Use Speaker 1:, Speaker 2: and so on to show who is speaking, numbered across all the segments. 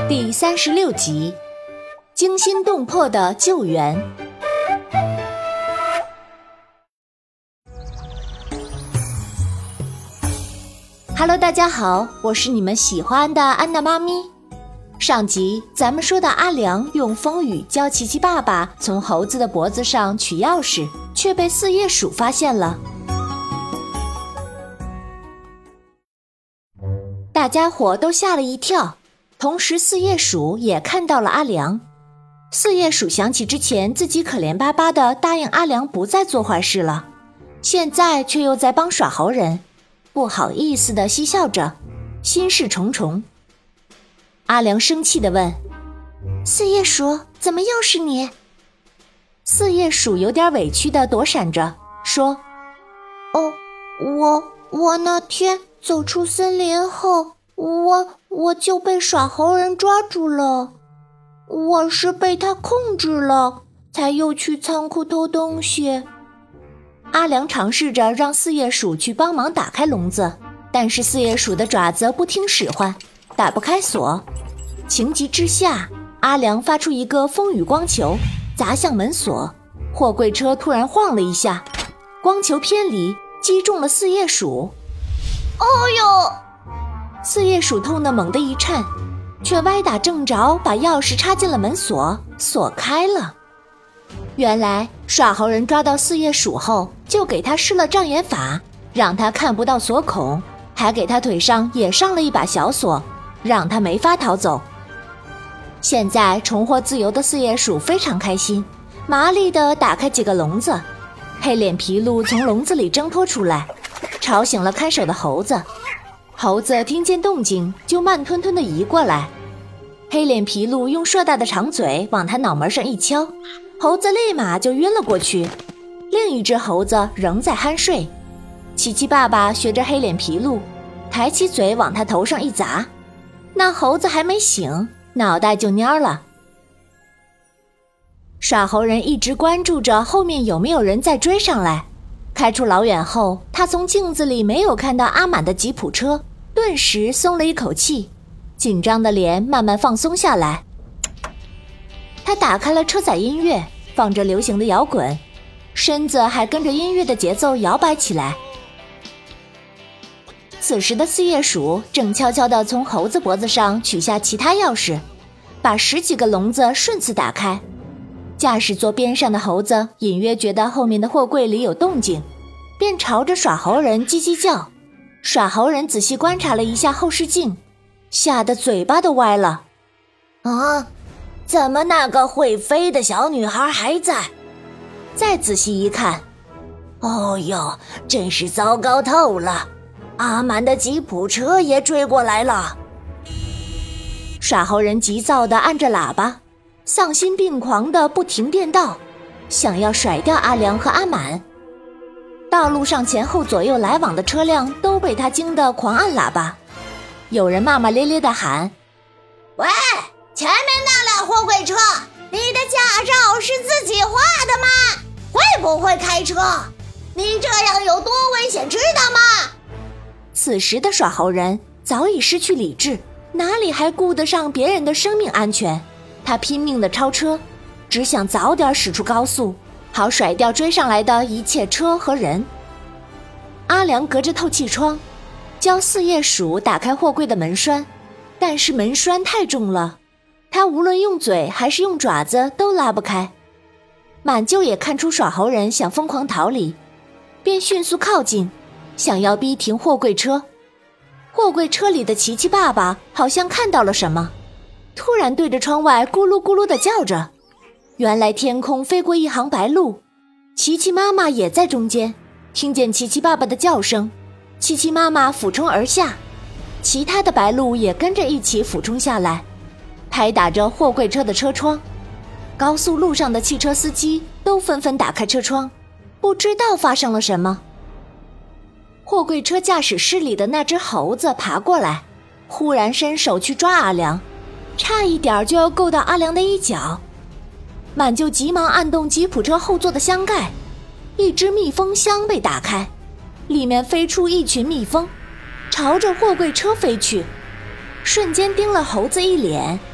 Speaker 1: 第36集，惊心动魄的救援。Hello， 大家好，我是你们喜欢的安娜妈咪。上集咱们说到阿良用风雨教琪琪爸爸从猴子的脖子上取钥匙，却被四叶鼠发现了。大家伙都吓了一跳，同时四叶鼠也看到了阿良。四叶鼠想起之前自己可怜巴巴地答应阿良不再做坏事了，现在却又在帮耍猴人，不好意思地嬉笑着，心事重重。阿良生气地问：四叶鼠，怎么又是你？四叶鼠有点委屈地躲闪着，说：我那天走出森林后，我就被耍猴人抓住了，我是被他控制了，才又去仓库偷东西。阿良尝试着让四叶鼠去帮忙打开笼子，但是四叶鼠的爪子不听使唤，打不开锁。情急之下，阿良发出一个风雨光球，砸向门锁。货柜车突然晃了一下，光球偏离，击中了四叶鼠。哦呦！四叶鼠痛得猛地一颤，却歪打正着把钥匙插进了门锁，锁开了。原来耍猴人抓到四叶鼠后，就给他施了障眼法，让他看不到锁孔，还给他腿上也上了一把小锁，让他没法逃走。现在重获自由的四叶鼠非常开心，麻利地打开几个笼子，黑脸琵鹭从笼子里挣脱出来，吵醒了看守的猴子。猴子听见动静就慢吞吞地移过来，黑脸琵鹭用硕大的长嘴往他脑门上一敲，猴子立马就晕了过去。另一只猴子仍在酣睡，琪琪爸爸学着黑脸琵鹭，抬起嘴往他头上一砸，那猴子还没醒，脑袋就蔫了。耍猴人一直关注着后面有没有人再追上来，开出老远后，他从镜子里没有看到阿满的吉普车，顿时松了一口气，紧张的脸慢慢放松下来。他打开了车载音乐，放着流行的摇滚，身子还跟着音乐的节奏摇摆起来。此时的四叶鼠正悄悄地从猴子脖子上取下其他钥匙，把10几个笼子顺次打开。驾驶座边上的猴子隐约觉得后面的货柜里有动静，便朝着耍猴人叽叽叫。耍猴人仔细观察了一下后视镜，吓得嘴巴都歪了。怎么那个会飞的小女孩还在？再仔细一看，哦哟，真是糟糕透了，阿满的吉普车也追过来了。耍猴人急躁地按着喇叭，丧心病狂地不停电道，想要甩掉阿良和阿满。道路上前后左右来往的车辆都被他惊得狂按喇叭，有人骂骂咧咧地喊：喂，前面那辆货柜车，你的驾照是自己画的吗？会不会开车？你这样有多危险知道吗？此时的耍猴人早已失去理智，哪里还顾得上别人的生命安全？他拼命地超车，只想早点驶出高速，好甩掉追上来的一切车和人。阿良隔着透气窗教四叶鼠打开货柜的门栓，但是门栓太重了，他无论用嘴还是用爪子都拉不开。满舅也看出耍猴人想疯狂逃离，便迅速靠近，想要逼停货柜车。货柜车里的琪琪爸爸好像看到了什么，突然对着窗外咕噜咕噜地叫着。原来天空飞过一行白鹭，琪琪妈妈也在中间，听见琪琪爸爸的叫声，琪琪妈妈俯冲而下，其他的白鹭也跟着一起俯冲下来，拍打着货柜车的车窗。高速路上的汽车司机都纷纷打开车窗，不知道发生了什么。货柜车驾驶室里的那只猴子爬过来，忽然伸手去抓阿良，差一点就要够到阿良的衣角。满舅急忙按动吉普车后座的箱盖，一只密封箱被打开，里面飞出一群蜜蜂，朝着货柜车飞去，瞬间盯了猴子一脸，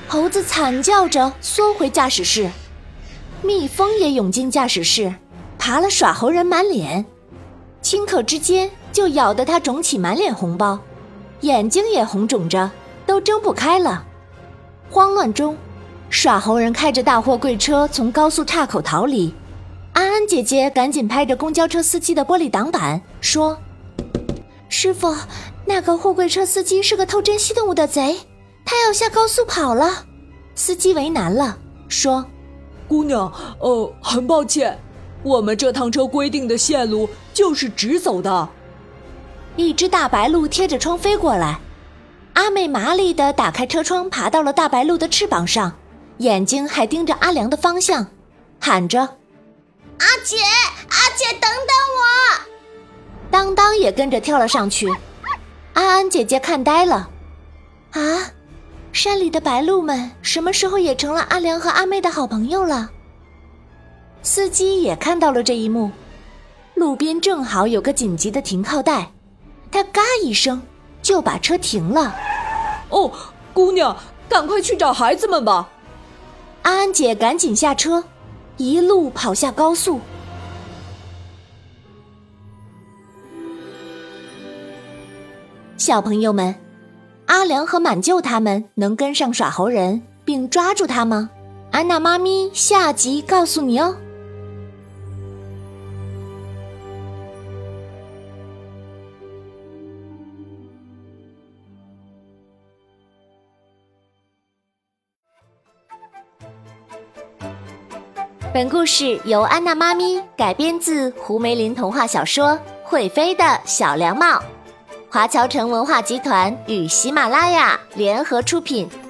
Speaker 1: 猴子惨叫着缩回驾驶室，蜜蜂也涌进驾驶室，爬了耍猴人满脸，顷刻之间就咬得他肿起满脸红包，眼睛也红肿着，都睁不开了。慌乱中，耍猴人开着大货柜车从高速岔口逃离。安安姐姐赶紧拍着公交车司机的玻璃挡板说：师傅，那个货柜车司机是个偷珍稀动物的贼，他要下高速跑了。司机为难了，说：
Speaker 2: 姑娘，很抱歉，我们这趟车规定的线路就是直走的。
Speaker 1: 一只大白鹭贴着窗飞过来，阿妹麻利地打开车窗，爬到了大白鹭的翅膀上，眼睛还盯着阿良的方向，喊着：
Speaker 3: 阿姐，等等我！
Speaker 1: 当当也跟着跳了上去。安安姐姐看呆了，啊，山里的白鹭们什么时候也成了阿良和阿妹的好朋友了？司机也看到了这一幕，路边正好有个紧急的停靠带，他嘎一声就把车停了。
Speaker 2: 哦，姑娘，赶快去找孩子们吧。
Speaker 1: 安安姐赶紧下车，一路跑下高速。小朋友们，阿良和满舅他们能跟上耍猴人并抓住他吗？安娜妈咪下集告诉你哦。本故事由安娜妈咪改编自胡梅林童话小说《会飞的小凉帽》，华侨城文化集团与喜马拉雅联合出品。